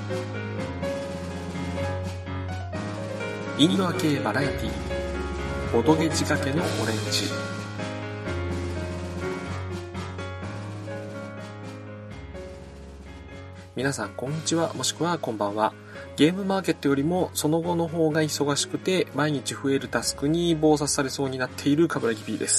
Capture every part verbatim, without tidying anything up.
インドア系バラエティーボドゲ仕掛けのオレンジ。皆さんこんにちは、もしくはこんばんは。ゲームマーケットよりもその後の方が忙しくて毎日増えるタスクに忙殺されそうになっているカブラギ P です。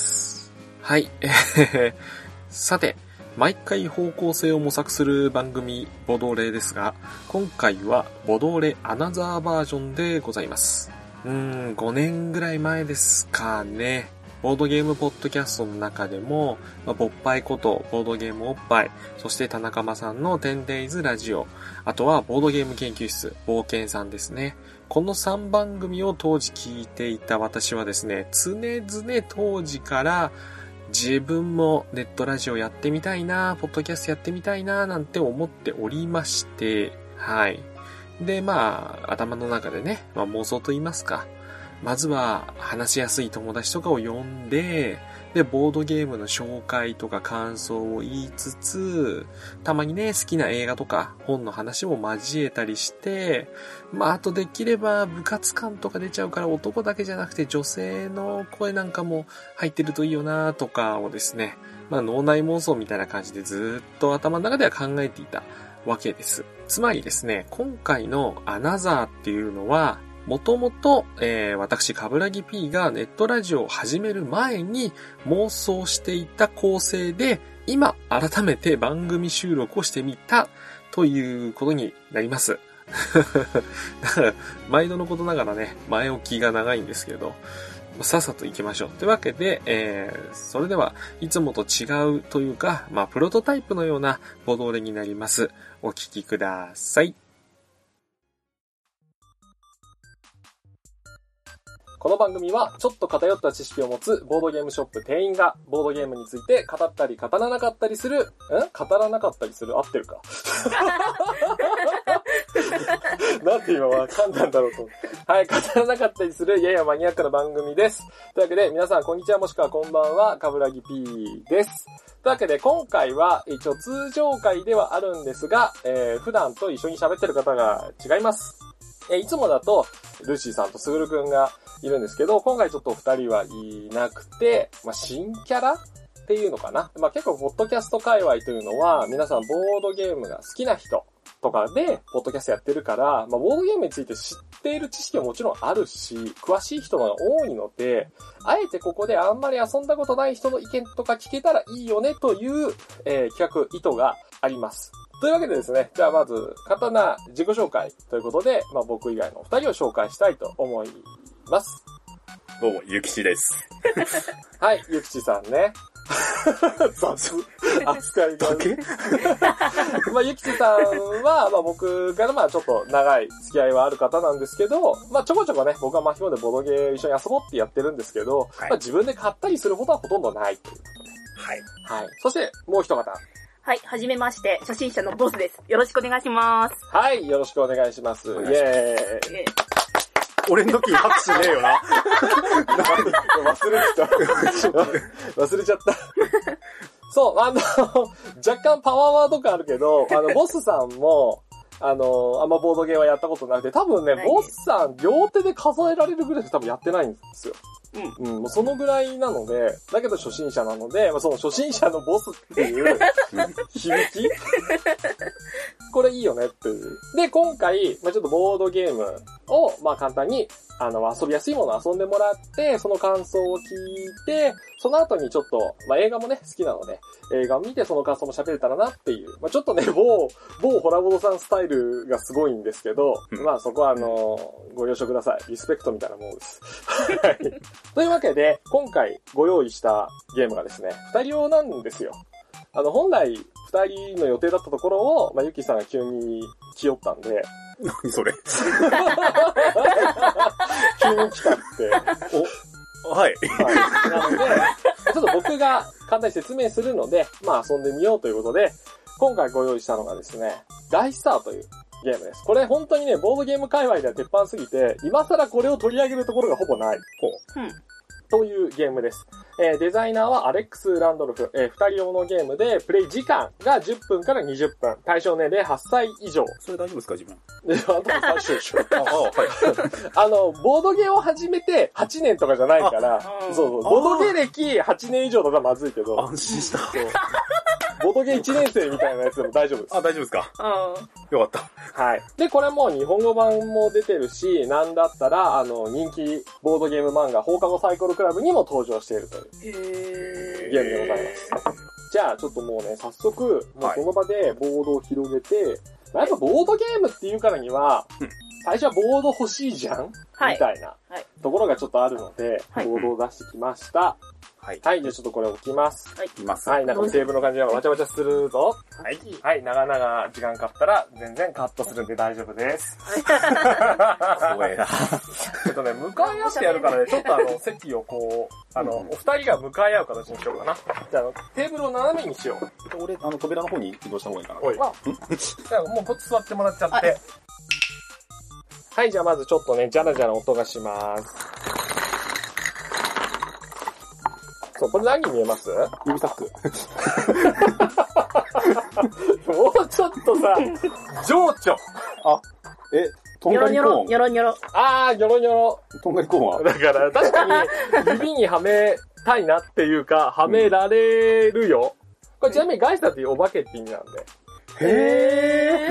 はい、えー、さて毎回方向性を模索する番組ボドレですが、今回はボドレアナザーバージョンでございます。うーんごねんぐらい前ですかね。ボードゲームポッドキャストの中でも、まあ、ボッパイことボードゲームおっぱい、そして田中間さんの テンデイズ ラジオ、あとはボードゲーム研究室冒険さんですね。このさんばんぐみを当時聞いていた私はですね、常々当時から自分もネットラジオやってみたいな、ポッドキャストやってみたいななんて思っておりまして、はい。で、まあ頭の中でね、まあ、妄想と言いますか、まずは話しやすい友達とかを呼んで、で、ボードゲームの紹介とか感想を言いつつ、たまにね、好きな映画とか本の話も交えたりして、まあ、あとできれば部活感とか出ちゃうから男だけじゃなくて女性の声なんかも入ってるといいよなとかをですね、まあ、脳内妄想みたいな感じでずっと頭の中では考えていたわけです。つまりですね、今回のアナザーっていうのは、もともと、えー、私、カブラギ P がネットラジオを始める前に妄想していた構成で、今、改めて番組収録をしてみたということになります。だから、毎度のことながらね、前置きが長いんですけど、さっさと行きましょう。というわけで、えー、それではいつもと違うというか、まあ、プロトタイプのようなボドレになります。お聞きください。この番組はちょっと偏った知識を持つボードゲームショップ店員がボードゲームについて語ったり語らなかったりする、ん語らなかったりする合ってるかなんて今わかんだんだろうと。はい、語らなかったりするややマニアックな番組です。というわけで皆さんこんにちは、もしくはこんばんは、カブラギ P です。というわけで今回は一応通常回ではあるんですが、えー、普段と一緒に喋ってる方が違います。えー、いつもだとルーシーさんとスグルくんがいるんですけど、今回ちょっと二人はいなくて、まあ、新キャラっていうのかな。まあ、結構ポッドキャスト界隈というのは皆さんボードゲームが好きな人とかでポッドキャストやってるから、まあ、ボードゲームについて知っている知識はもちろんあるし、詳しい人が多いので、あえてここであんまり遊んだことない人の意見とか聞けたらいいよねという、えー、企画意図があります。というわけでですね、じゃあまず簡単な自己紹介ということで、まあ、僕以外の二人を紹介したいと思います。 どうも、ゆきちです。 はい、ゆきちさんね。雑扱いが。まあ、ゆきちさんは、まあ僕からまあちょっと長い付き合いはある方なんですけど、まあちょこちょこね、僕は巻き込んでボドゲー一緒に遊ぼうってやってるんですけど、はい、まあ自分で買ったりすることはほとんどないということで。 はい。 はい。そして、もう一方。 はい、はじめまして、初心者のボスです。よろしくお願いします。 はい、よろしくお願いします。イェーイ。 俺の時拍手ねえよな。 忘れてた。忘れちゃった。そう、あの、若干パワーワード感あるけど、あの、ボスさんも、あの、あんまボードゲーはやったことなくて、多分ね、ボスさん両手で数えられるぐらいで多分やってないんですよ。うん。うん。もうそのぐらいなので、だけど初心者なので、まあ、その初心者のボスっていう響きこれいいよねっていう。で、今回、まあ、ちょっとボードゲームを、まあ、簡単に、あの、遊びやすいものを遊んでもらって、その感想を聞いて、その後にちょっと、まあ、映画もね、好きなので、映画を見てその感想も喋れたらなっていう。まあ、ちょっとね、某、某ホラボドさんスタイルがすごいんですけど、まあ、そこはあの、ご了承ください。リスペクトみたいなものです。はい。というわけで、今回ご用意したゲームがですね、二人用なんですよ。あの、本来、二人の予定だったところを、まあ、ゆきさんが急に来よったんで、 何それ急に来たって。 お、はい。 はい。なので、ちょっと僕が簡単に説明するので、まあ遊んでみようということで、今回ご用意したのがですね、ダイスターというゲームです。これ本当にね、ボードゲーム界隈では鉄板すぎて、今更これを取り上げるところがほぼない。 ほう。 うん。 というゲームです。えー、デザイナーはアレックス・ランドルフ、えー、二人用のゲームで、プレイ時間がじゅっぷんからにじゅっぷん。対象年齢はっさい以上。 それ大丈夫ですか自分。 で、あとは最終でしょ。 ああ、はい。 あの、ボードゲーを始めてはちねんとかじゃないから、そうそう、ボードゲー歴はちねん以上だったらまずいけど。 安心した。 ボードゲーいちねん生みたいなやつでも大丈夫です。 あ、大丈夫ですか。 うん。 よかった。 はい。で、これも日本語版も出てるし、なんだったら、あの、人気ボードゲーム漫画、放課後サイコロクラブにも登場しているというへゲームでございます。じゃあ、ちょっともうね、早速、もうその場でボードを広げて、まあ、やっぱボードゲームっていうからには、 うん最初はボード欲しいじゃん、 はいみたいなはいところがちょっとあるので、 はいボードを出してきました。 はい。 はい、じゃあちょっとこれ置きます。 います。 はい、なんかテーブルの感じがわちゃわちゃするぞ。 はい。 はい、長々時間かかったら全然カットするんで大丈夫です。 怖えな。 ちょっとね、向かい合ってやるからね、ちょっとあの、席をこう、あの、お二人が向かい合う形にしようかな。じゃあ、あのテーブルを斜めにしよう。 俺、あの、扉の方に移動した方がいいかな。 おい。じゃあもうこっち座ってもらっちゃって。はい、じゃあまずちょっとね、ジャラジャラ音がします。そう、これ何見えます？ 指サック。 もうちょっとさ、情緒。 あ、え、とんニョロニョロ、 がりコーンニョロニョロ。 あー、ニョロニョロ。 とんがりコーンはだから、確かに、指にはめたいなっていうか、はめられるよ。これちなみにガイスタっていうお化けって意味なんで。 へ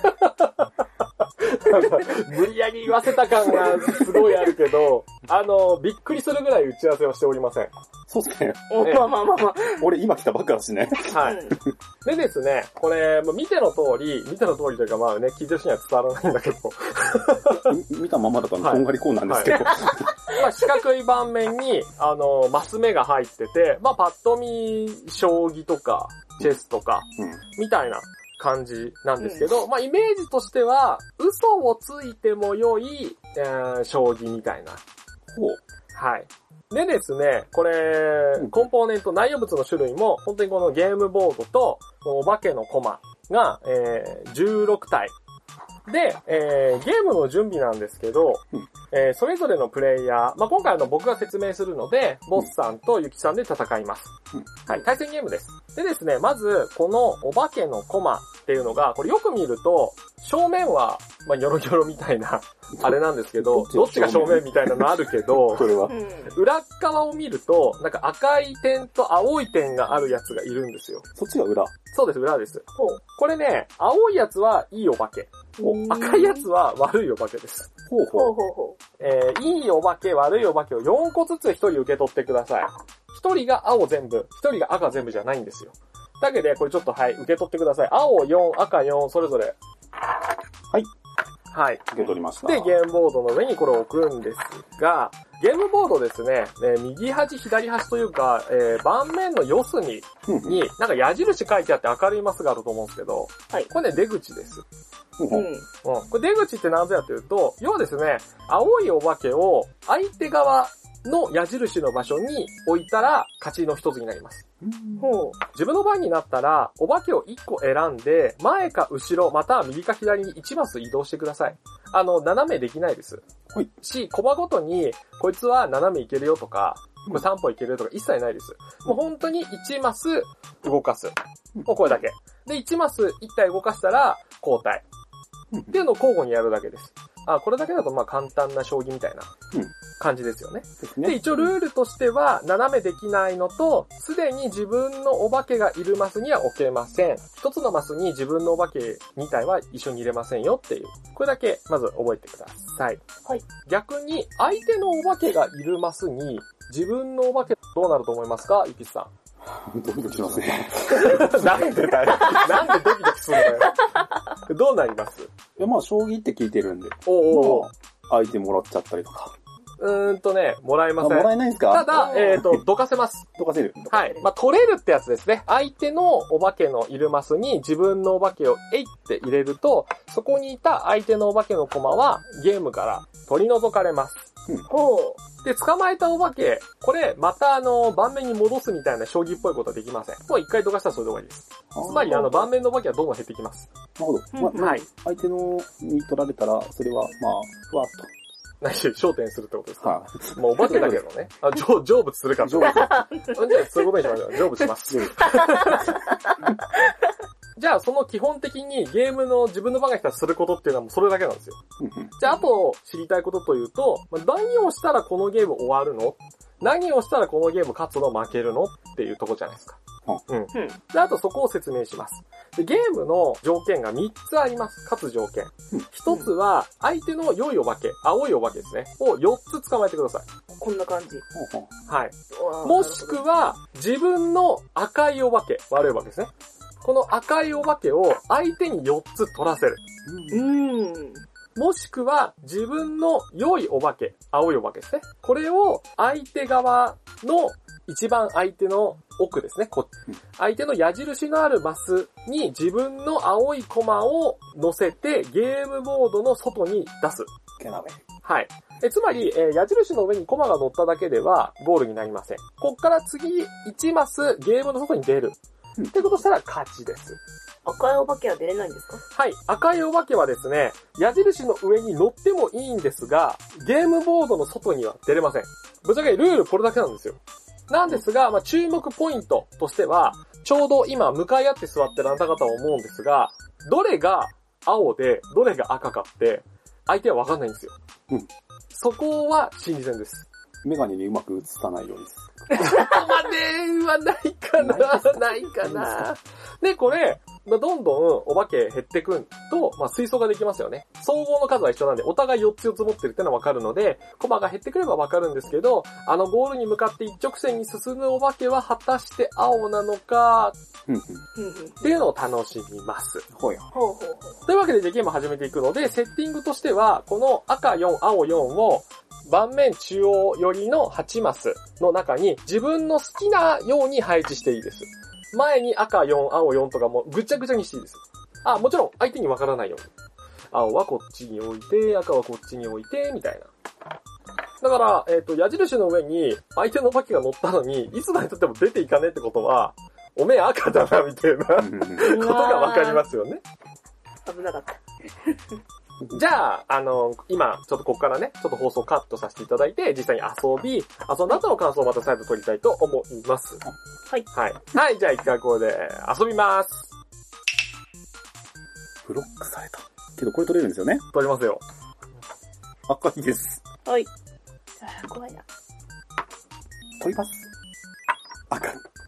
無理やり言わせた感がすごいあるけど、あの、びっくりするぐらい打ち合わせをしておりません。 そうっすね。 お、まあまあまあまあ。 俺今来たばっかだしね。 はい。でですね、これ、見ての通り、見ての通りというかまあね、聞いてる人には伝わらないんだけど、 見たままだととんがりコーンなんですけど。 まあ四角い盤面に、あの、マス目が入ってて、まあパッと見、将棋とか、チェスとか、 うん。 みたいな感じなんですけど、まあイメージとしては、嘘をついても良い、えー、将棋みたいな。 ほう。 はい。でですね、これ、コンポーネント、内容物の種類も、本当にこのゲームボードと、お化けのコマが、えー、じゅうろくたい。で、えー、ゲームの準備なんですけど、 うんえー、それぞれのプレイヤー、まあ、今回あの僕が説明するので、ボスさんとユキさんで戦います。 うんはい、対戦ゲームです。でですね、まず、このお化けのコマっていうのが、これよく見ると、正面は、まあ、ニョロニョロみたいな、あれなんですけど、どっちが正面みたいなのあるけど、 これはう。ん。 裏側を見ると、なんか赤い点と青い点があるやつがいるんですよ。 そっちが裏。 そうです、裏です。これね、青いやつはいいお化け。赤いやつは悪いお化けです。 ほうほう。 ほうほうほえー、いいお化け、悪いお化けをよんこずつひとり受け取ってください。ひとりが青全部、ひとりが赤全部じゃないんですよ。だけで、これちょっとはい、受け取ってください。青よん、赤よん、それぞれ。 はい。 はい。 受け取りました。 で、ゲームボードの上にこれを置くんですが、ゲームボードですね、えー右端、左端というか、えー盤面の四隅に、なんか矢印書いてあって明るいマスがあると思うんですけど、 はいこれね、出口です。 ほうほう。 うん。 うん。これ出口って何ぞやというと、要はですね、青いお化けを相手側の矢印の場所に置いたら勝ちの一つになります。 ほ自分の番になったら、お化けをいっこ選んで、前か後ろ、または右か左にいちマス移動してください。あの、斜めできないです。 はい。 し、コマごとに、こいつは斜めいけるよとか、これさん歩いけるよとか一切ないです。もう本当にいちマス動かす。もうこれだけ。で、いちマスいち体動かしたら交代。っていうのを交互にやるだけです。あ、これだけだとまあ簡単な将棋みたいな感じですよね。 ですで、 ね。 一応ルールとしては、斜めできないのと、すでに自分のお化けがいるマスには置けません。一つのマスに自分のお化けに体は一緒に入れませんよっていう。これだけ、まず覚えてください。 はい。 逆に、相手のお化けがいるマスに、自分のお化けどうなると思いますか、ゆきさドキドキしますね。 ん。なんでだよ。なんでドキドキするのよ。どうなります？ いや、まあ、将棋って聞いてるんで。 おうおうおうまあ、相手もらっちゃったりとか。 うーんとね、もらえまあ、 せん。 もらえないんですか？ ただ、えっと、どかせます。 どかせる。 はい。まあ、取れるってやつですね。相手のお化けのいるマスに自分のお化けをえいって入れると、そこにいた相手のお化けのコマはゲームから取り除かれます。 う。ほで、捕まえたお化け、これ、またあの、盤面に戻すみたいな将棋っぽいことはできません。もう一回どかしたらそれで終わりです。つまり、あの、盤面のお化けはどんどん減ってきます。 なるほど。まあ、 はい。 相手のに取られたら、それは、まあ、ふわっ何焦点するってことですか？ はまあ、お化けだけどね。あ、成成仏するかってこと。じゃあ、そういうことにしましょう。成仏します。じゃあ、その基本的にゲームの自分の番が来たらすることっていうのはもうそれだけなんですよ。じゃあ、あと知りたいことというと、何をしたらこのゲーム終わるの？何をしたらこのゲーム勝つの負けるのっていうとこじゃないですか。うん。で、あとそこを説明します。で、ゲームの条件がみっつあります。勝つ条件。ひとつは、相手の良いお化け、青いお化けですね。をよっつ捕まえてください。 こんな感じ。 はい。もしくは、自分の赤いお化け、悪いお化けですね。この赤いお化けを相手によっつ取らせる。 うーん。 もしくは、自分の良いお化け、青いお化けですね。これを相手側の一番相手の奥ですね。こ相手の矢印のあるマスに自分の青いコマを乗せてゲームボードの外に出す。はい。えつまり、えー、矢印の上にコマが乗っただけではゴールになりません。こっから次いちマスゲームの外に出る。ってことしたら勝ちです。 赤いお化けは出れないんですか？ はい。赤いお化けはですね、矢印の上に乗ってもいいんですが、ゲームボードの外には出れません。ぶっちゃけルールこれだけなんですよ。なんですが、まあ、注目ポイントとしては、ちょうど今向かい合って座ってるあなた方は思うんですが、どれが青で、どれが赤かって、相手はわかんないんですよ。うん。そこは心理戦です。 メガネにうまく映さないようにする。そこまではないかなないかなで、これ、まあ、どんどんお化け減ってくんと、まあ、推測ができますよね。総合の数は一緒なんで、お互いよっつよっつ持ってるってのはわかるので、コマが減ってくればわかるんですけど、あのゴールに向かって一直線に進むお化けは果たして青なのか、っていうのを楽しみます。 ほうや。 ほうほうほう。 というわけで、じゃあゲームを始めていくので、セッティングとしては、この赤よん、青よんを、盤面中央寄りのはちマスの中に自分の好きなように配置していいです。前に赤よん、青よんとかもぐちゃぐちゃにしていいです。あ、もちろん相手にわからないように。青はこっちに置いて、赤はこっちに置いて、みたいな。だから、えっと、矢印の上に相手のお化けが乗ったのに、いつまで経っても出ていかねえってことは、おめえ赤だな、みたいなことがわかりますよね。 危なかった。 じゃあ、あの、今、ちょっとここからね、ちょっと放送カットさせていただいて、実際に遊び、遊んだ後の感想をまた再度取りたいと思います。 はい。 はい。はい、じゃあ一回ここで遊びます。 ブロックされた。けどこれ取れるんですよね？ 取りますよ。 赤いです。 はい。あ、怖いな。 取ります。赤い。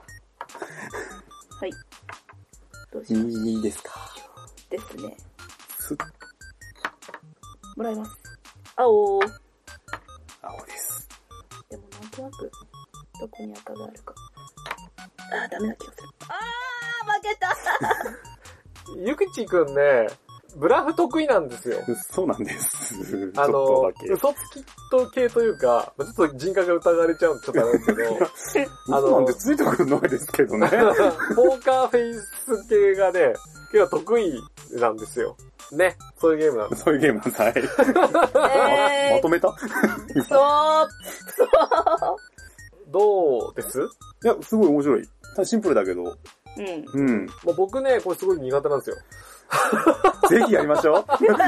はい。どうします？ いいですか。 ですね。 すもらいます。青。 青です。 でもなんとなく、どこに赤があるか。あー、ダメな気がする。あー、負けたゆくちくんね、ブラフ得意なんですよ。 そうなんです。 あの、嘘つきと系というか、ちょっと人格が疑われちゃうんでちょっとあれですけど、 あの、なんでついてくるのですけどね。 ポーカーフェイス系がね、結構得意なんですよ。ね。そういうゲームなんです。 そういうゲームなんです。はい。 えー、 まとめたくそーくそーどうです？ いや、すごい面白い。シンプルだけど。 うん。 うん。 もう僕ね、これすごい苦手なんですよ。 ぜひやりましょう。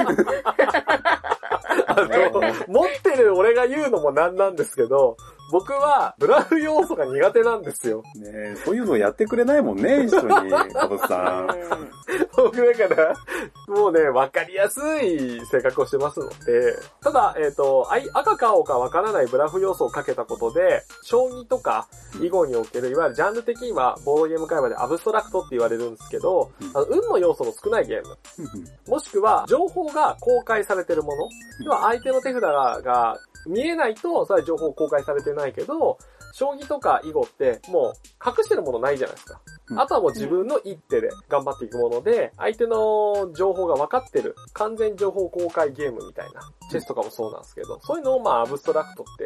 あの、持ってる俺が言うのもなんなんですけど、僕はブラフ要素が苦手なんですよ。 ねえ、そういうのやってくれないもんね、一緒に、かぼさん。 僕だから、もうね、わかりやすい性格をしてますので、ただ、えっと、赤か青かわからないブラフ要素をかけたことで、将棋とか囲碁における、いわゆるジャンル的にはボードゲーム界隈でアブストラクトって言われるんですけど、あの運の要素の少ないゲーム、もしくは情報が公開されてるもの、要は相手の手札が、が見えないと、それは情報公開されてないけど、将棋とか囲碁ってもう隠してるものないじゃないですか。あとはもう自分の一手で頑張っていくもので、相手の情報が分かってる完全情報公開ゲームみたいな、チェスとかもそうなんですけど、そういうのをまあアブストラクトって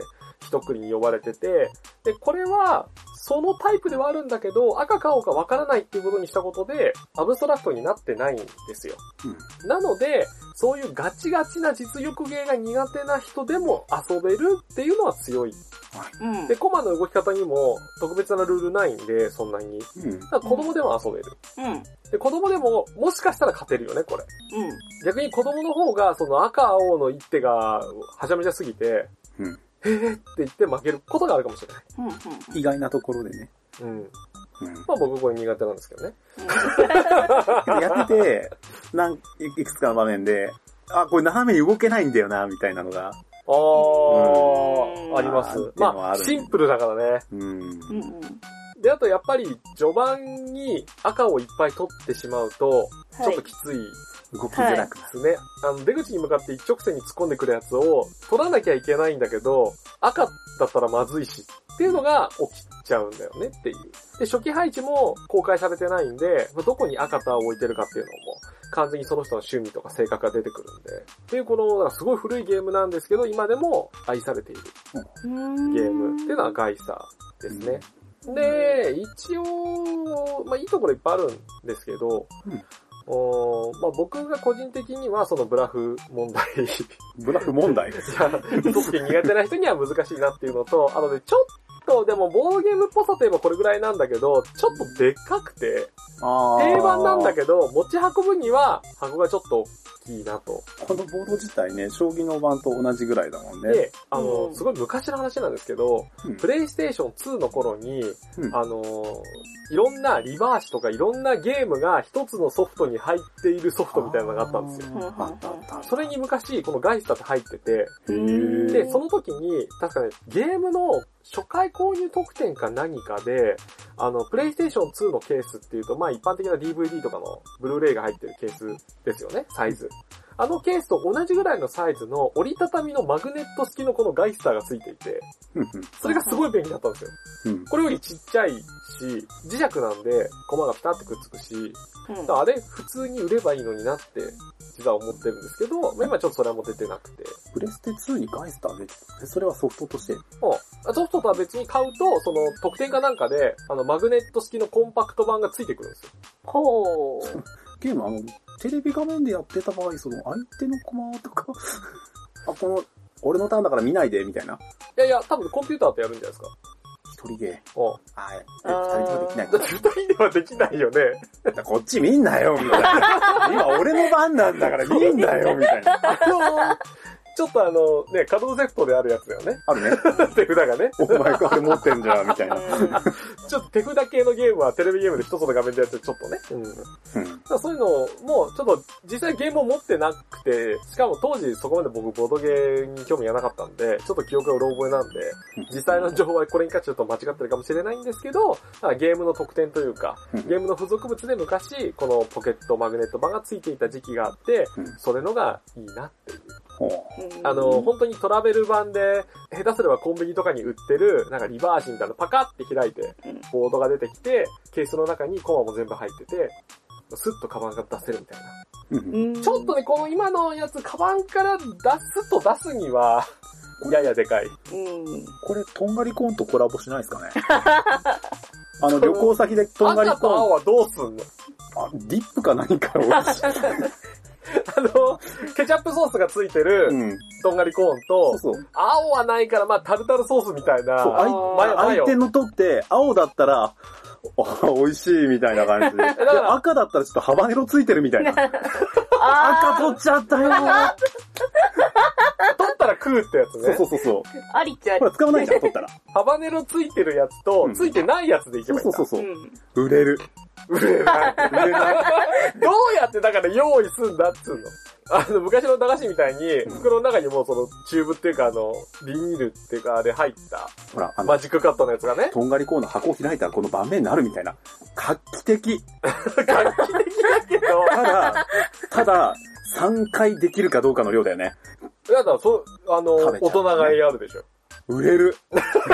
一括りに呼ばれてて、で、これは、そのタイプではあるんだけど、赤か青かわからないっていうことにしたことで、アブストラクトになってないんですよ。うん、なので、そういうガチガチな実力ゲーが苦手な人でも遊べるっていうのは強い。うん、で、コマの動き方にも特別なルールないんで、そんなに。うん、だから子供でも遊べる。うん、で、子供でも、もしかしたら勝てるよね、これ。うん、逆に子供の方が、その赤青の一手がはちゃめちゃすぎて、うんへぇって言って負けることがあるかもしれない。うんうん、 意外なところでね。 うん。うん、まあ僕これ苦手なんですけどね。 やってて、なんいくつかの場面で、あ、これ斜めに動けないんだよな、みたいなのが。 あー、うん、あります。まあ、シンプルだからね。うん。で、あとやっぱり序盤に赤をいっぱい取ってしまうと、ちょっときつい。 動きづらくなる。ですね。あの、出口に向かって一直線に突っ込んでくるやつを取らなきゃいけないんだけど、赤だったらまずいしっていうのが起きちゃうんだよねっていう。で、初期配置も公開されてないんで、どこに赤と青を置いてるかっていうのも完全にその人の趣味とか性格が出てくるんで。っていうこの、すごい古いゲームなんですけど、今でも愛されているゲームっていうのはガイサーですね。で、一応、まあいいところいっぱいあるんですけど、うんおまあ、僕が個人的にはそのブラフ問題ブラフ問題いや、特に苦手な人には難しいなっていうのと、あのね、ちょっとでもボードゲームっぽさといえばこれぐらいなんだけど、ちょっとでっかくて、定番なんだけど、持ち運ぶには箱がちょっと大きいなと。 このボード自体ね、将棋の盤と同じぐらいだもんね。 で、あの、うん、すごい昔の話なんですけど、うん、プレイステーションツーの頃に、うん、あの、いろんなリバーシとかいろんなゲームが一つのソフトに入っているソフトみたいなのがあったんですよ。あったあった。それに昔、このガイスタって入ってて、で、その時に、確かね、ゲームの初回購入特典か何かで、あの、プレイステーションツーのケースっていうと、まあ一般的な ディーブイディー とかのブルーレイが入ってるケースですよね、サイズ。あのケースと同じぐらいのサイズの折りたたみのマグネット式のこのガイスターがついていて、それがすごい便利だったんですよ。これよりちっちゃいし、磁石なんでコマがピタってくっつくし、あれ普通に売ればいいのになって実は思ってるんですけど、まあ、今ちょっとそれはもう出てなくて。 プレステツーにガイスター出てた？それはソフトとして？ うん。ソフトとは別に買うと、その特典かなんかで、あのマグネット式のコンパクト版がついてくるんですよ。 ほー。 ゲームあの、テレビ画面でやってた場合、その相手のコマとか、あ、この、俺のターンだから見ないで、みたいな。いやいや、多分コンピューターとやるんじゃないですか。 一人ゲー。 おああ、二人ではできない。 だって二人ではできないよね。 こっち見んなよ、みたいな。今俺の番なんだから見んなよ、みたいな。 あのーちょっとあの、ね、カドゼフトであるやつだよね。 あるね。 手札がね。 お前これ持ってんじゃん、みたいな。 ちょっと手札系のゲームはテレビゲームで一つの画面でやってちょっとね。うん。うん、だそういうのも、ちょっと実際ゲームを持ってなくて、しかも当時そこまで僕ボードゲーに興味がなかったんで、ちょっと記憶がうろ覚えなんで、実際の情報はこれに関してちょっと間違ってるかもしれないんですけど、ゲームの特典というか、ゲームの付属物で昔、このポケットマグネット版がついていた時期があって、それのがいいなっていう。あの、本当にトラベル版で、下手すればコンビニとかに売ってる、なんかリバーシみたいなパカって開いて、ボードが出てきて、ケースの中にコマも全部入ってて、スッとカバンが出せるみたいな。ちょっとね、この今のやつ、カバンから出すと出すには、ややでかい。 これ、とんがりコーンとコラボしないですかねあの、旅行先でとんがりコーン。 赤と青はどうすんの？ あ、ディップか何かを。 あの、ケチャップソースがついてる、とんがりコーンと、そうそう、青はないから、まあ、タルタルソースみたいな。そう、 相手のとって、青だったら、美味しいみたいな感じで。だから赤だったらちょっとハバネロついてるみたいな。赤取っちゃったよー。 取ったら食うってやつね。 そうそうそう。 ありっちゃあり。 これ使わないじゃん、取ったら。 ハバネロついてるやつと、ついてないやつでいけばいいんだ。 そうそうそう。売れる。 売れない。売れない。どうやってだから用意すんだっつうの。あの、昔の駄菓子みたいに、袋の中にもその、チューブっていうかあの、ビニールっていうかあれ入った、ほら、マジックカットのやつがね。 とんがりコーンの箱を開いたらこの盤面になるみたいな。画期的。 画期的だけど。 ただ、ただ、さんかいできるかどうかの量だよね。 いやだ、そう、あの、大人買いあるでしょ。 売れる。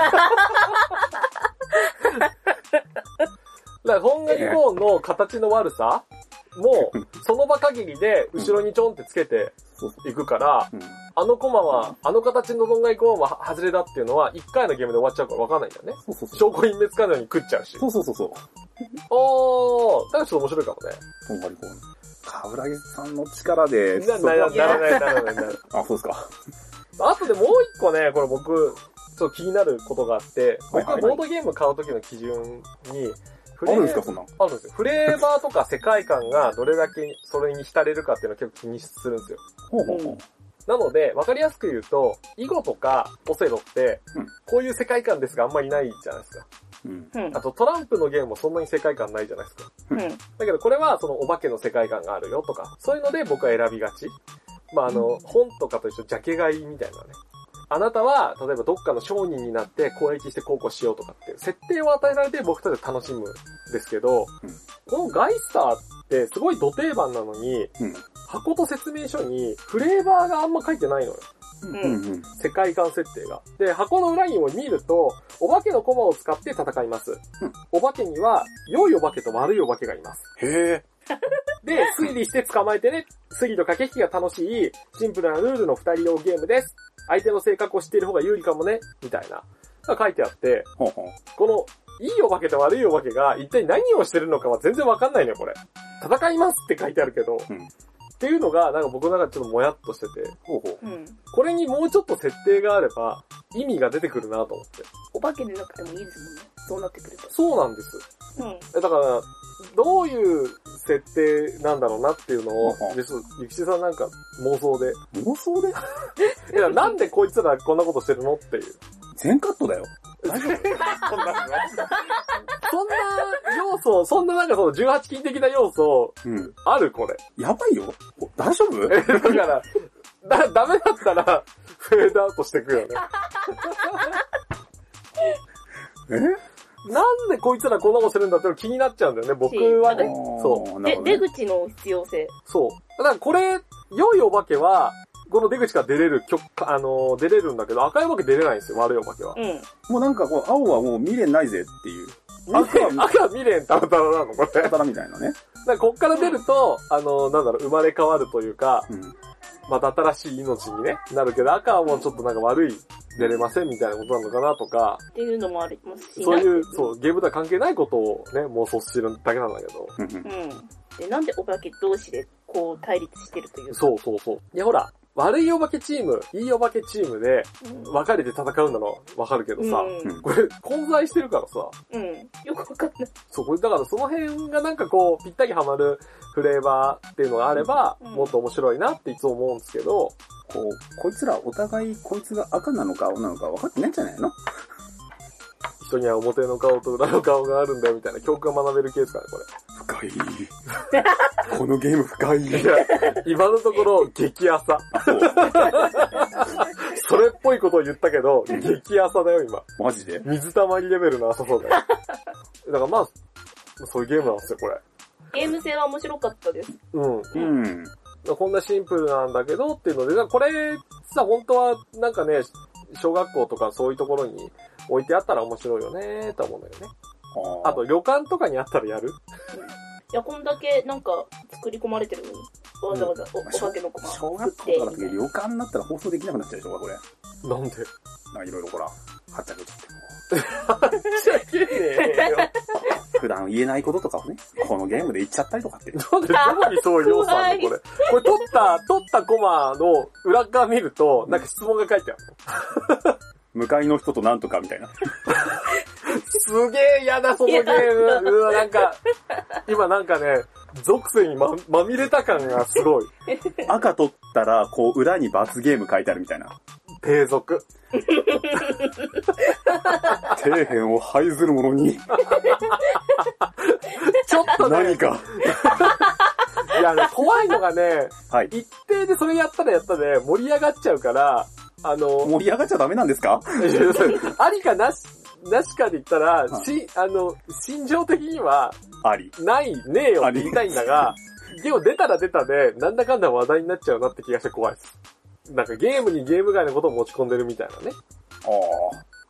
だから、とんがりコーンの形の悪さもう、その場限りで、後ろにちょんってつけて、 行くから、 うん、 あのコマは、あの形のドンガイコマは外れだっていうのは、いっかいのゲームで終わっちゃうから分かんないんだよね。 そうそうそう。 証拠隠滅可能に食っちゃうし。 そうそうそうそう。 おー、だからちょっと面白いかもね。 とんがりコーン。カブラギさんの力で、 な、な、な、な、な、な、な、な、な。 あ、そうですか。 あとでもう一個ね、これ僕、ちょっと気になることがあって、僕はボードゲーム買うときの基準に、 あるんですか、そんなあるんですよ。フレーバーとか世界観がどれだけそれに浸れるかっていうのを結構気にするんですよ。 ほうほうほう。 なので、わかりやすく言うと、囲碁とかオセロって、 うん、 こういう世界観ですがあんまりないじゃないですか。 うん、 あとトランプのゲームもそんなに世界観ないじゃないですか。 うん、 だけどこれはそのお化けの世界観があるよとか、そういうので僕は選びがち。まああの、うん、本とかと一緒ジャケ買いみたいなね。あなたは、例えばどっかの商人になって攻撃してこうこうしようとかっていう設定を与えられて僕たちは楽しむんですけど、うん、このガイスターってすごいド定番なのに、うん、箱と説明書にフレーバーがあんま書いてないのよ。 うんうん、 世界観設定が。で、箱の裏にも見ると、お化けのコマを使って戦います。うん、お化けには、良いお化けと悪いお化けがいます。 へー。で、推理して捕まえてね、推理と駆け引きが楽しい、シンプルなルールの二人用ゲームです。相手の性格を知っている方が有利かもね、みたいな。が書いてあって、 ほうほうこの、いいお化けと悪いお化けが一体何をしてるのかは全然わかんないのよ、これ。戦いますって書いてあるけど、うん、っていうのが、なんか僕の中でちょっともやっとしてて、 ほうほう、 うん、 これにもうちょっと設定があれば、意味が出てくるなと思って。 お化けでなくてもいいですもんね。そうなってくると。 そうなんです。 うん。 だから、どういう設定なんだろうなっていうのを、ゆきしさんなんか妄想で。 妄想でいや、なんでこいつらこんなことしてるのっていう。 全カットだよ。大丈夫そんな要素、そんななんかそのじゅうはち禁的な要素、うん、あるこれ。 やばいよ。大丈夫だから、だ、ダメだったら、フェードアウトしてくよね。 えなんでこいつらこんなことするんだって気になっちゃうんだよね、僕はね。そう。 で、出口の必要性。 そう。だからこれ、良いお化けは、この出口から出れる、あのー、出れるんだけど、赤いお化け出れないんですよ、悪いお化けは。 うん。 もうなんかこう、青はもう未練ないぜっていう。 赤は、赤は未練タラタラなの、これ。 タラタラみたいなね。 だからこっから出ると、あのー、なんだろう、生まれ変わるというか、 うん、 また新しい命にね、なるけど、赤はもうちょっとなんか悪い、出れませんみたいなことなのかなとか。 っていうのもありますし。 そういう、そう、ゲームとは関係ないことをね、妄想してるだけなんだけど。 うん。で、なんでお化け同士でこう対立してるというか。 そうそうそう。いやほら、悪いお化けチーム、いいお化けチームで、分かれて戦うんだのわかるけどさ、うん、これ混在してるからさ。 うん。よくわかんない。 そう、これだからその辺がなんかこう、ぴったりハマるフレーバーっていうのがあれば、うん、もっと面白いなっていつも思うんですけど、 こう、こいつらお互いこいつが赤なのか青なのか分かってないんじゃないの？ 人には表の顔と裏の顔があるんだよみたいな教訓が学べるケースかね、これ。 深い。このゲーム深い。 いや、今のところ激浅。それっぽいことを言ったけど、激浅だよ今。 マジで？ 水たまりレベルの浅さだよ。だからまあ、そういうゲームなんですよ、これ。 ゲーム性は面白かったです。 うん。 うん。 こんなシンプルなんだけどっていうので、これさ、本当はなんかね、小学校とかそういうところに置いてあったら面白いよねーと思うんだよね。あと旅館とかにあったらやる？ いや、こんだけなんか作り込まれてるのに、わざわざ お,、うん、お化けのコマ小学校とかだけ旅館になったら放送できなくなっちゃうでしょうか、これ。 なんで？ なんかいろいろほら、はっちゃけちゃっても。 はっちゃけねえよ。 普段言えないこととかをね、このゲームで言っちゃったりとかって。 なんでどこにそういう要素あるのこれ。これ取った、取ったコマの裏側見ると、なんか質問が書いてある。 向かいの人となんとかみたいな。 すげえ嫌だ、そのゲーム。うわ、なんか、今なんかね、属性にま、まみれた感がすごい。 赤取ったら、こう、裏に罰ゲーム書いてあるみたいな。 低俗。 底辺を排ずる者に。 ちょっとね。 何か。 いや、ね、怖いのがね、 はい、 一定でそれやったらやったで盛り上がっちゃうから、あの、 盛り上がっちゃダメなんですか？ ありかなし、なしかで言ったら、はし、あの、心情的には、 あり。 ない、ねえよって言いたいんだが、でも出たら出たで、なんだかんだ話題になっちゃうなって気がして怖いです。なんかゲームにゲーム外のことを持ち込んでるみたいなね。 ああ。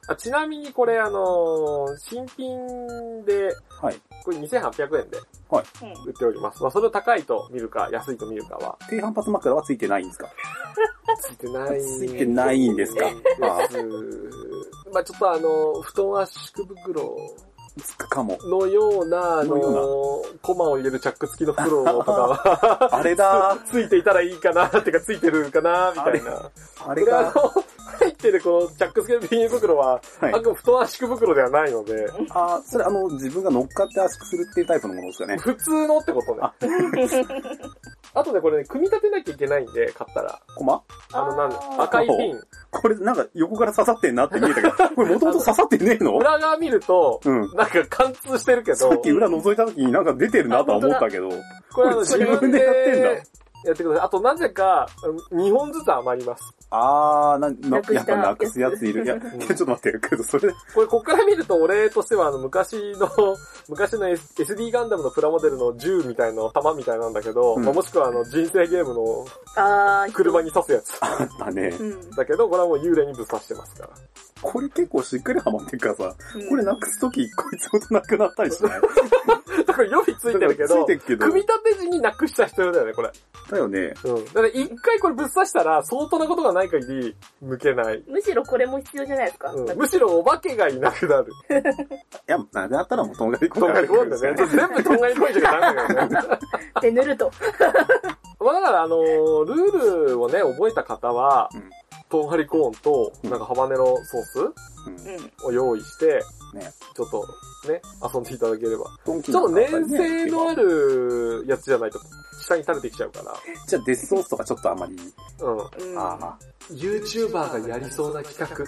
あ、ちなみにこれあのー、新品で、 はい。 これにせんはっぴゃくえんではい。 売っております。まあ、それを高いと見るか、安いと見るかは。 低反発枕はついてないんですか？ ついてない。 ついてないんですか？ あまあちょっとあの、布団圧縮袋つくかも。 のような、あの、コマを入れるチャック付きの袋とかは、 あれだつ、ついていたらいいかな、ってかついてるかな、みたいな。 あれが、 入ってるこのチャック付きのビニール袋は、はい、あくま布団圧縮袋ではないので。 あ、それあの、自分が乗っかって圧縮するっていうタイプのものですかね。 普通のってことね。ああとね、これね、組み立てなきゃいけないんで、買ったら。 コマ？ あの、なんだ、赤いピン。 これなんか横から刺さってんなって見えたけど、これもともと刺さってねえの？ 裏側見ると、うん、なんか貫通してるけど。 さっき裏覗いた時になんか出てるなとは思ったけど。 これあの自分でやってんだ。やってください。あとなぜか、にほんずつ余ります。 あー、な、な、やっぱなくすやついる。いや、うん、ちょっと待ってるけど、それ。 これ、こっから見ると俺としては、あの、昔の、昔の エスディー ガンダムのプラモデルの銃みたいな、弾みたいなんだけど、うん、まあ、もしくはあの、人生ゲームの、車に刺すやつ。 あったね。 だけど、これはもう幽霊にぶっ刺してますから。 これ結構しっかりハマってるからさ、うん、これなくすとき、こいつほどなくなったりしない？ だから予備ついてるけど、ついてるけど組み立て時になくした人だよね、これ。 だよね。 うん。だから一回これぶっ刺したら、相当なことがない限り、向けない。 むしろこれも必要じゃないですか。 うん、むしろお化けがいなくなる。 いや、なんであったらもうとんがりコイン。 とんがりコインだね。全部とんがりコインじゃダメだよね。 で、塗ると。 まあだからあのー、ルールをね、覚えた方は、うん、とんがりコーンと、なんかハバネロソース、うん、を用意して、ね、ちょっとね、遊んでいただければ。ちょっと粘性のあるやつじゃないと、下に垂れてきちゃうから。 じゃあデスソースとかちょっとあんまり。 うん。ああ。YouTuber がやりそうな企画。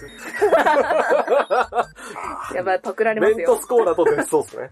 やばい、パクられますよ。 メントスコーラとデスソースね。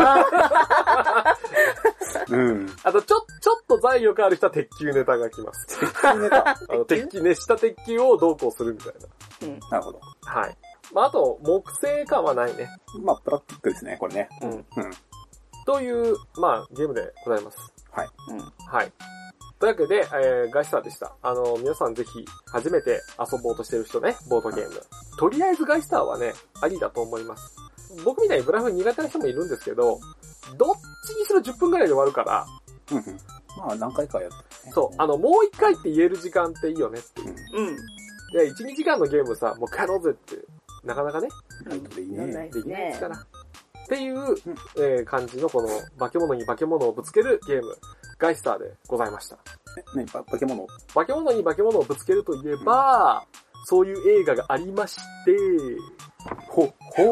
うん。あと、ちょ、ちょっと財力ある人は鉄球ネタが来ます。鉄球ネタあの、鉄球、熱した鉄球をどうこうするみたいな。うん。なるほど。 はい。まあ、あと、木製感はないね。 まあ、プラスティックですね、これね。うん。うん。 という、まあ、ゲームでございます。 はい。 うん。はい。というわけで、えー、ガイスターでした。あの、皆さんぜひ、初めて遊ぼうとしてる人ね、ボードゲーム。とりあえずガイスターはね、ありだと思います。僕みたいにブラフ苦手な人もいるんですけど、どっちにしろじゅっぷんぐらいで終わるから、 うんうん。まあ、何回かやって、 ね。そう。あの、もう一回って言える時間っていいよねっていう。うん。で、いち、にじかんのゲームさ、もう一回やろうぜって、なかなかね。 うん、できない。 できないですから。っていう、うん、えー、感じのこの、化け物に化け物をぶつけるゲーム、ガイスターでございました。 え、何化け物化け物に化け物をぶつけるといえば、うん、そういう映画がありまして、 ほ、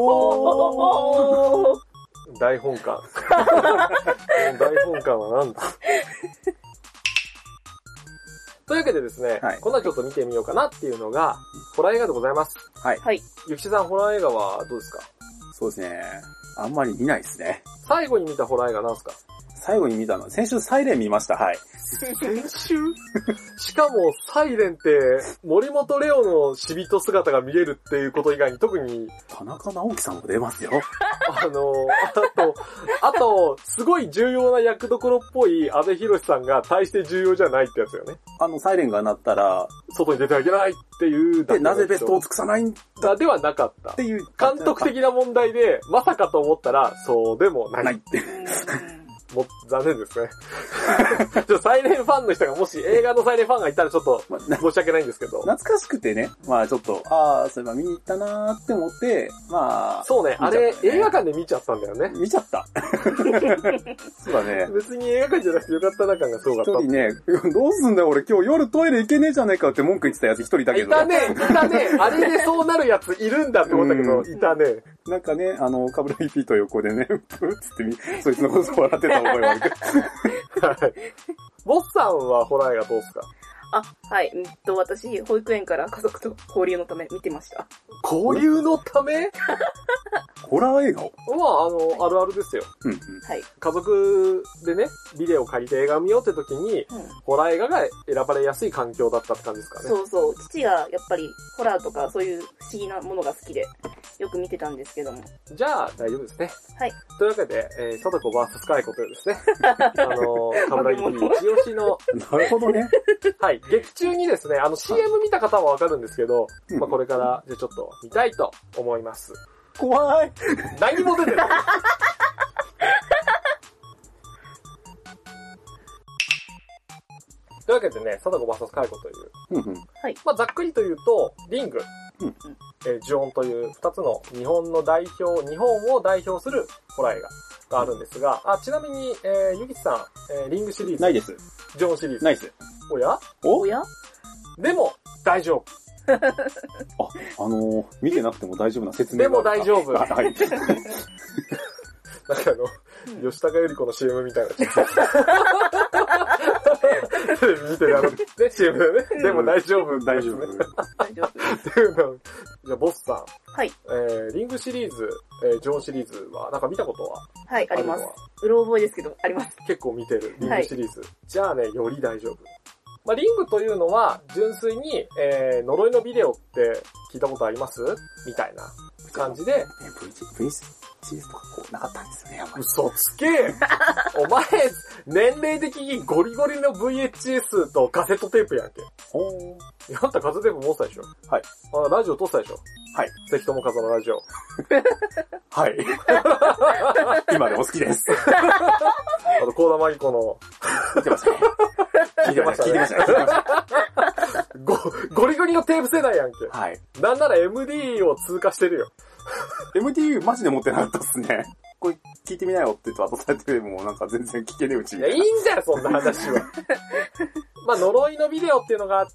ほー大本館。大本館はなんだというわけでですね、はい、今度はちょっと見てみようかなっていうのが、ホラー映画でございます。 はい。はい。 ゆきしさん、ホラー映画はどうですか？ そうですね。あんまり見ないですね。 最後に見たホラー映画なんですか？ 最後に見たのは、先週サイレン見ました、はい。 先週しかも、サイレンって、森本レオの死人姿が見れるっていうこと以外に特に、 田中直樹さんも出ますよ。 あの、あと、あと、すごい重要な役どころっぽい阿部寛さんが大して重要じゃないってやつよね。 あの、サイレンが鳴ったら、 外に出てはいけないっていうで、なぜベストを尽くさないんだではなかった。 っていう。 監督的な問題で、まさかと思ったら、そうでもない。ないって。も、残念ですね。ちょっとサイレンファンの人がもし映画のサイレンファンがいたらちょっと申し訳ないんですけど。 懐かしくてね、まあちょっと、ああ、そういえば見に行ったなーって思って、まあ。 そうね、あれ映画館で見ちゃったんだよね。 見ちゃった。そうだね。 別に映画館じゃなくてよかったな感がすごかった。 一人ね、どうすんだよ俺今日夜トイレ行けねえじゃねえかって文句言ってたやつ一人いたけど。 いたね、いたね。あれでそうなるやついるんだって思ったけど、いたね。 なんかね、あの、カブラギピート横でね、プーッつってみ、そいつのこと笑ってた覚えがあるけど。 はい。ボスさんはホラー映画どうすか？ あ、はい。うんと、私、保育園から家族と交流のため見てました。 交流のためホラー映画をまあ、あの、あるあるですよ。 うんうん。 はい。 家族でね、ビデオを借りて映画を見ようって時に、うん、ホラー映画が選ばれやすい環境だったって感じですかね。 そうそう。父がやっぱりホラーとかそういう不思議なものが好きで、よく見てたんですけども。 じゃあ、大丈夫ですね。 はい。 というわけで、えー、貞子 ブイエス カイコというですね。あの、カブラギピー一押しの。 なるほどね。 はい。 劇中にですね、あの シーエム 見た方はわかるんですけど、まあこれから、じゃあちょっと見たいと思います。 怖い。 何も出てない。というわけでね、貞子 ブイエス カイコという。 はい。 まあざっくりと言うと、リング、 うんえー、ジュオンという二つの日本の代表、日本を代表するホラー映画があるんですが、あ、ちなみに、えー、ゆきちさん、えー、リングシリーズ。 ないです。 ジュオンシリーズ。 ないです。 おやおやでも、大丈夫。 あ、あのー、見てなくても大丈夫な説明が。 でも大丈夫。 はい。 なんかあの、吉高由里子の シーエム みたいな。テレビ見てるあの、ね、シーエム でね。でも大丈夫。 大丈夫。 大丈夫。 っていうの、じゃあボスさん。 はい。 えー、リングシリーズ、えー、ジョンシリーズは、なんか見たことははい、あります。うろ覚えですけど、あります。 結構見てる、リングシリーズ。はい、じゃあね、より大丈夫。まあ、リングというのは、純粋に、えー、呪いのビデオって聞いたことありますみたいな感じで。 ブイエスシーエス とかこうなかったんですよね、あんまり。 嘘つけお前、年齢的にゴリゴリの ブイエイチエス とカセットテープやんけ。 ほー。あんたカセットテープ持ってたでしょはい。 あ、ラジオ撮ってたでしょはい。 関友和のラジオ。 はい。今でも好きです。 あと、コーダマギコの。 見てましたね。聞いてましたね。聞いてましたね。聞いてました。 ゴ、ゴリゴリのテープ世代やんけ。 はい。 なんなら エムディー を通過してるよ。 エムディーユー マジで持ってなかったっすね。これ聞いてみなよって言うと後されてもなんか全然聞けねえうちに。 いや、いいんだよ、そんな話は。まあ、呪いのビデオっていうのがあって、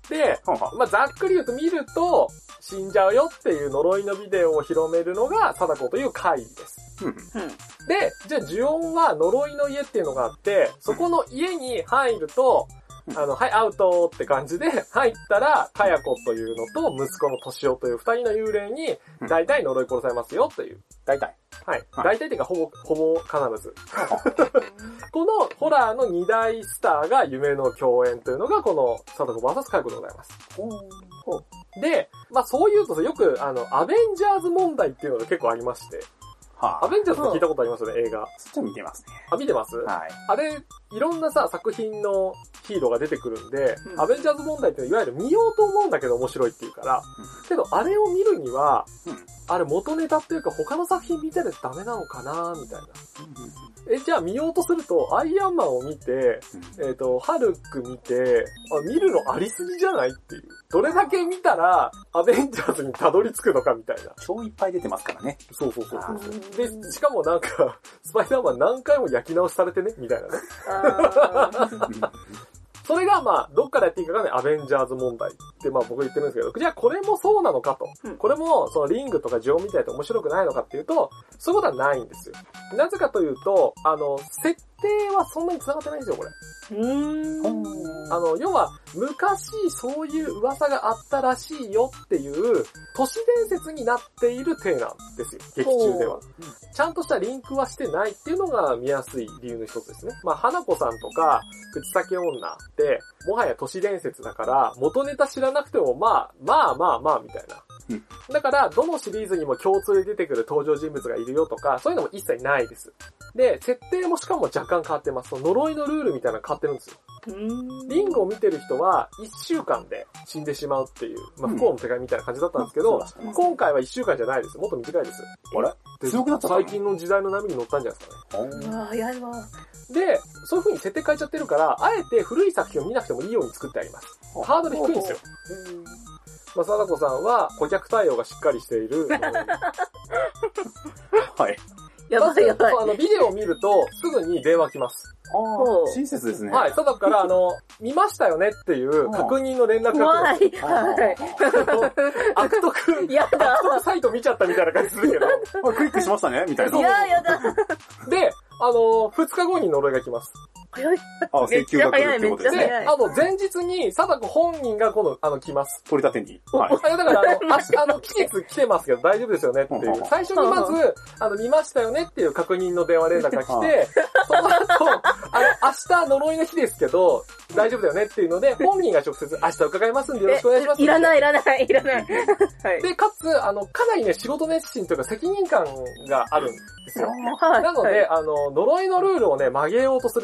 まあ、ざっくり言うと見ると死んじゃうよっていう呪いのビデオを広めるのが貞子という会です。で、じゃあ、呪音は呪いの家っていうのがあって、そこの家に入ると、あの、はい、アウトって感じで、入ったら、かやこというのと、息子のとしおという二人の幽霊に、大体呪い殺されますよ、という。 大体。 はい。はい、大体っていうか、ほぼ、ほぼ必ず。このホラーの二大スターが夢の共演というのが、この、貞子 ブイエス カイコでございます。で、まあそう言うとよく、あの、アベンジャーズ問題っていうのが結構ありまして、はあ、アベンジャーズって聞いたことありますよね、映画。 そっちも見てますね。 あ、見てます？はい。あれ、いろんなさ、作品のヒーローが出てくるんで、うん、アベンジャーズ問題っていわゆる見ようと思うんだけど面白いっていうから、うん、けどあれを見るには、うん、あれ元ネタっていうか他の作品見てないとダメなのかなみたいな。うん、え、じゃあ見ようとすると、アイアンマンを見て、うん、えっと、ハルク見て、あ、見るのありすぎじゃないっていう。どれだけ見たら、アベンジャーズにたどり着くのかみたいな。 超いっぱい出てますからね。 そうそうそうそう。で、しかもなんか、スパイダーマン何回も焼き直しされてね、みたいなね。それがまあ、どっからやっていいかがね、アベンジャーズ問題ってまあ僕言ってるんですけど、じゃあこれもそうなのかと。うん、これも、そのリングとかジオンみたいで面白くないのかっていうと、そういうことはないんですよ。なぜかというと、あの、設定はそんなに繋がってないんですよ、これ。うーん。あの、要は、昔そういう噂があったらしいよっていう、都市伝説になっている体なんですよ、劇中では。ちゃんとしたリンクはしてないっていうのが見やすい理由の一つですね。まあ、花子さんとか、口先女って、もはや都市伝説だから、元ネタ知らなくても、まあ、まあまあまあ、みたいな。だから、どのシリーズにも共通で出てくる登場人物がいるよとか、そういうのも一切ないです。で、設定もしかも若干変わってます。その呪いのルールみたいなの変わってるんですよ。リングを見てる人は、一週間で死んでしまうっていう、まあ、不幸の手紙みたいな感じだったんですけど、うん、今回は一週間じゃないです。もっと短いです。 あれ強くなった最近の時代の波に乗ったんじゃないですかね。うわ早いわ。 で、そういう風に設定変えちゃってるから、あえて古い作品を見なくてもいいように作ってあります。ハードル低いんですよ。まあ、貞子さんは顧客対応がしっかりしている。 はい。 やばいやばい。 あの、ビデオを見ると、すぐに電話来ます。 ああ、親切ですね。 はい。貞子から、あの、見ましたよねっていう確認の連絡が来る。 はい。 悪徳、 やだ。 悪徳サイト見ちゃったみたいな感じするけど。 クリックしましたねみたいな。 いや、やだ。 で、あの、二日後に呪いが来ます。 早い。 あ、請求が来るってことですね。 で、あの、前日に、貞子本人がこの、あの、来ます。 取り立てに。 はい。だから、あの、明日、あの、期日来てますけど大丈夫ですよねっていう。最初にまず、あの、見ましたよねっていう確認の電話連絡が来て、その後、あの、明日呪いの日ですけど、大丈夫だよねっていうので、本人が直接、明日伺いますんでよろしくお願いします。 いらない、いらない、いらない。 はい。で、かつ、あの、かなりね、仕事熱心というか責任感があるんですよ。はい。なので、あの、呪いのルールをね、曲げようとする人、そう、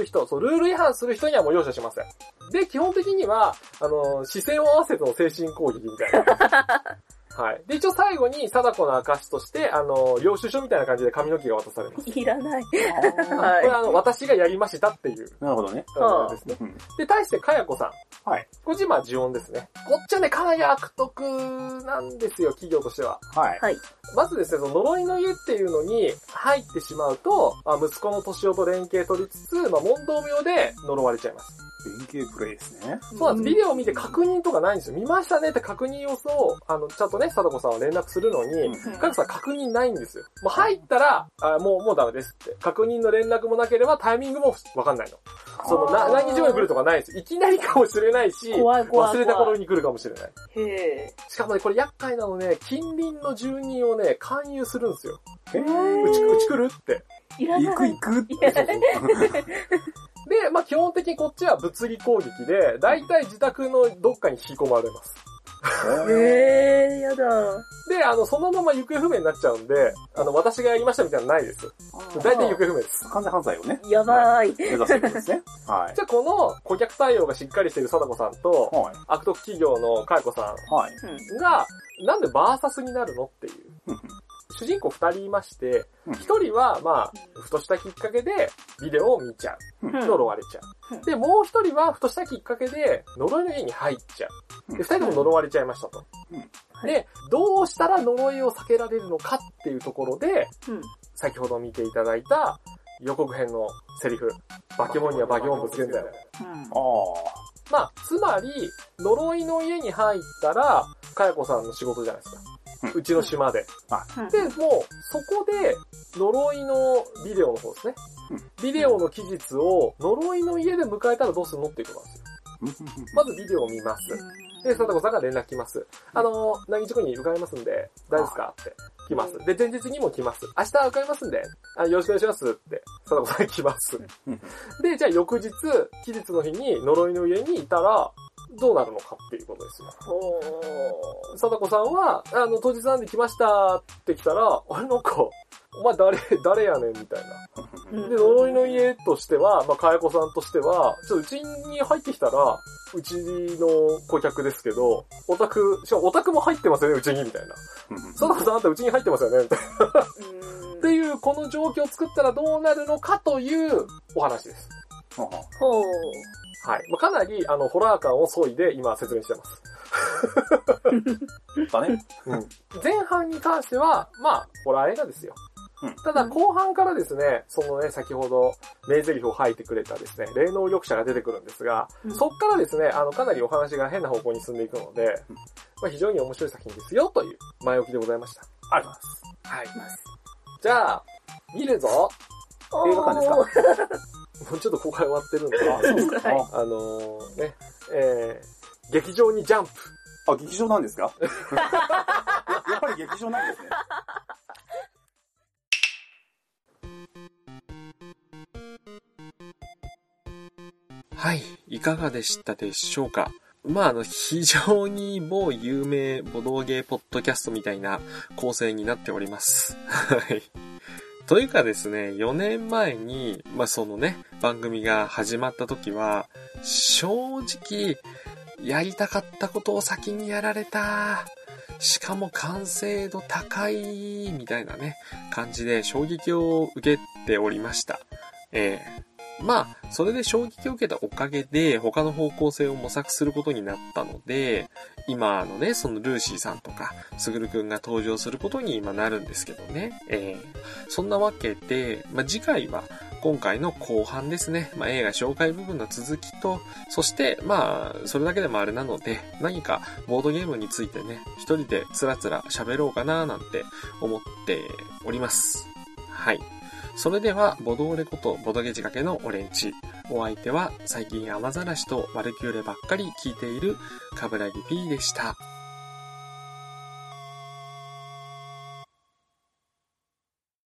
ルール違反する人にはもう容赦しません。で、基本的には、あの、視線を合わせての精神攻撃みたいな。はい。で、一応最後に、貞子の証として、あの、領収書みたいな感じで髪の毛が渡されます。 いらない。 これあの、私がやりましたっていう。 なるほどね。 感じですね。で、対して、かやこさん。 はい。 こっち、まあ、呪音ですね。こっちはね、かなり悪徳なんですよ、企業としては。 はい。 はい。 まずですね、その呪いの家っていうのに入ってしまうと、まあ、息子の年男と連携取りつつ、まあ、問答病で呪われちゃいます。 連携プレイですね。 そうなんです。ビデオを見て確認とかないんですよ。見ましたねって確認をそう、あの、ちゃんとね、貞子さんは連絡するのに、かやこさん確認ないんですよ。もう入ったら、あもう、もうダメですって。確認の連絡もなければタイミングもわかんないの。その、な、何日後に来るとかないですよ。いきなりかもしれないし、 怖い怖い怖い忘れた頃に来るかもしれない。 へー。 しかもね、これ厄介なのね、近隣の住人をね、勧誘するんですよ。 えうち、うち来るって。 いらない。 行く行くって。そうそうで、まあ基本的にこっちは物理攻撃で、だいたい自宅のどっかに引き込まれます。 へー、やだ。 で、あの、そのまま行方不明になっちゃうんで、あの、私がやりましたみたいなのないです。だいたい行方不明です。 完全犯罪をね。 やばーい。 目指してるんですね。はい。 じゃあこの顧客対応がしっかりしている貞子さんと、 はい。 悪徳企業のかやこさはい。 んが、なんでバーサスになるのっていう。主人公二人いまして、一人は、まあ、ふとしたきっかけで、ビデオを見ちゃう。呪われちゃう。で、もう一人は、ふとしたきっかけで、呪いの家に入っちゃう。で、二人とも呪われちゃいましたと。で、どうしたら呪いを避けられるのかっていうところで、先ほど見ていただいた予告編のセリフ、バケモンにはバケモンぶつけんだよ。まあ、つまり、呪いの家に入ったら、かやこさんの仕事じゃないですか。うちの島で。で、もう、そこで、呪いのビデオの方ですね。ビデオの期日を、呪いの家で迎えたらどうするのっていうことなんですよ。まずビデオを見ます。で、貞子さんが連絡来ます。あの、何日後に伺いますんで、大丈夫ですかって来ます。で、前日にも来ます。明日伺いますんで、あよろしくお願いしますって、貞子さん来ます。で、じゃあ翌日、期日の日に呪いの家にいたら、どうなるのかっていうことですよ。貞子さんは、あの、当日なんで来ましたって来たら、あれなんか、お前誰、誰やねんみたいな。で、呪いの家としては、まあ、かやこさんとしては、ちょっとうちに入ってきたら、うちの顧客ですけど、オタク、しかもオタクも入ってますよね、うちに、みたいな。貞子さんあんたうちに入ってますよね、みたいな。っていう、この状況を作ったらどうなるのかというお話です。 ほう。 はい。まあ、かなり、あの、ホラー感を削いで今説明してます。 だね。 うん。前半に関しては、まあ、ホラー映画ですよ。うん、ただ、後半からですね、そのね、先ほど、名台詞を吐いてくれたですね、霊能力者が出てくるんですが、うん、そっからですね、あの、かなりお話が変な方向に進んでいくので、うん、まあ、非常に面白い作品ですよ、という前置きでございました。 ありがとうございます。 はい。じゃあ、見るぞ。 映画館ですか？ もうちょっと公開終わってるんで、あ, そうですか、はい、あのー、ね、えー、劇場にジャンプ。 あ、劇場なんですか？やっぱり劇場なんですね。 はい、いかがでしたでしょうか？まあ、あの、非常に某有名ボドゲーポッドキャストみたいな構成になっております。はい。というかですね、よねんまえに、まあ、そのね、番組が始まった時は、正直、やりたかったことを先にやられた。しかも完成度高い、みたいなね、感じで衝撃を受けておりました。ええまあ、それで衝撃を受けたおかげで、他の方向性を模索することになったので、今のね、そのルーシーさんとか、スグルくんが登場することに今なるんですけどね。えー、そんなわけで、まあ、次回は、今回の後半ですね。まあ、映画紹介部分の続きと、そして、まあ、それだけでもあれなので、何かボードゲームについてね、一人でつらつら喋ろうかななんて思っております。はい。それでは、ボドーレことボドゲ仕掛けのオレンジ。お相手は最近雨ざらしとワルキューレばっかり聞いているカブラギ P でした。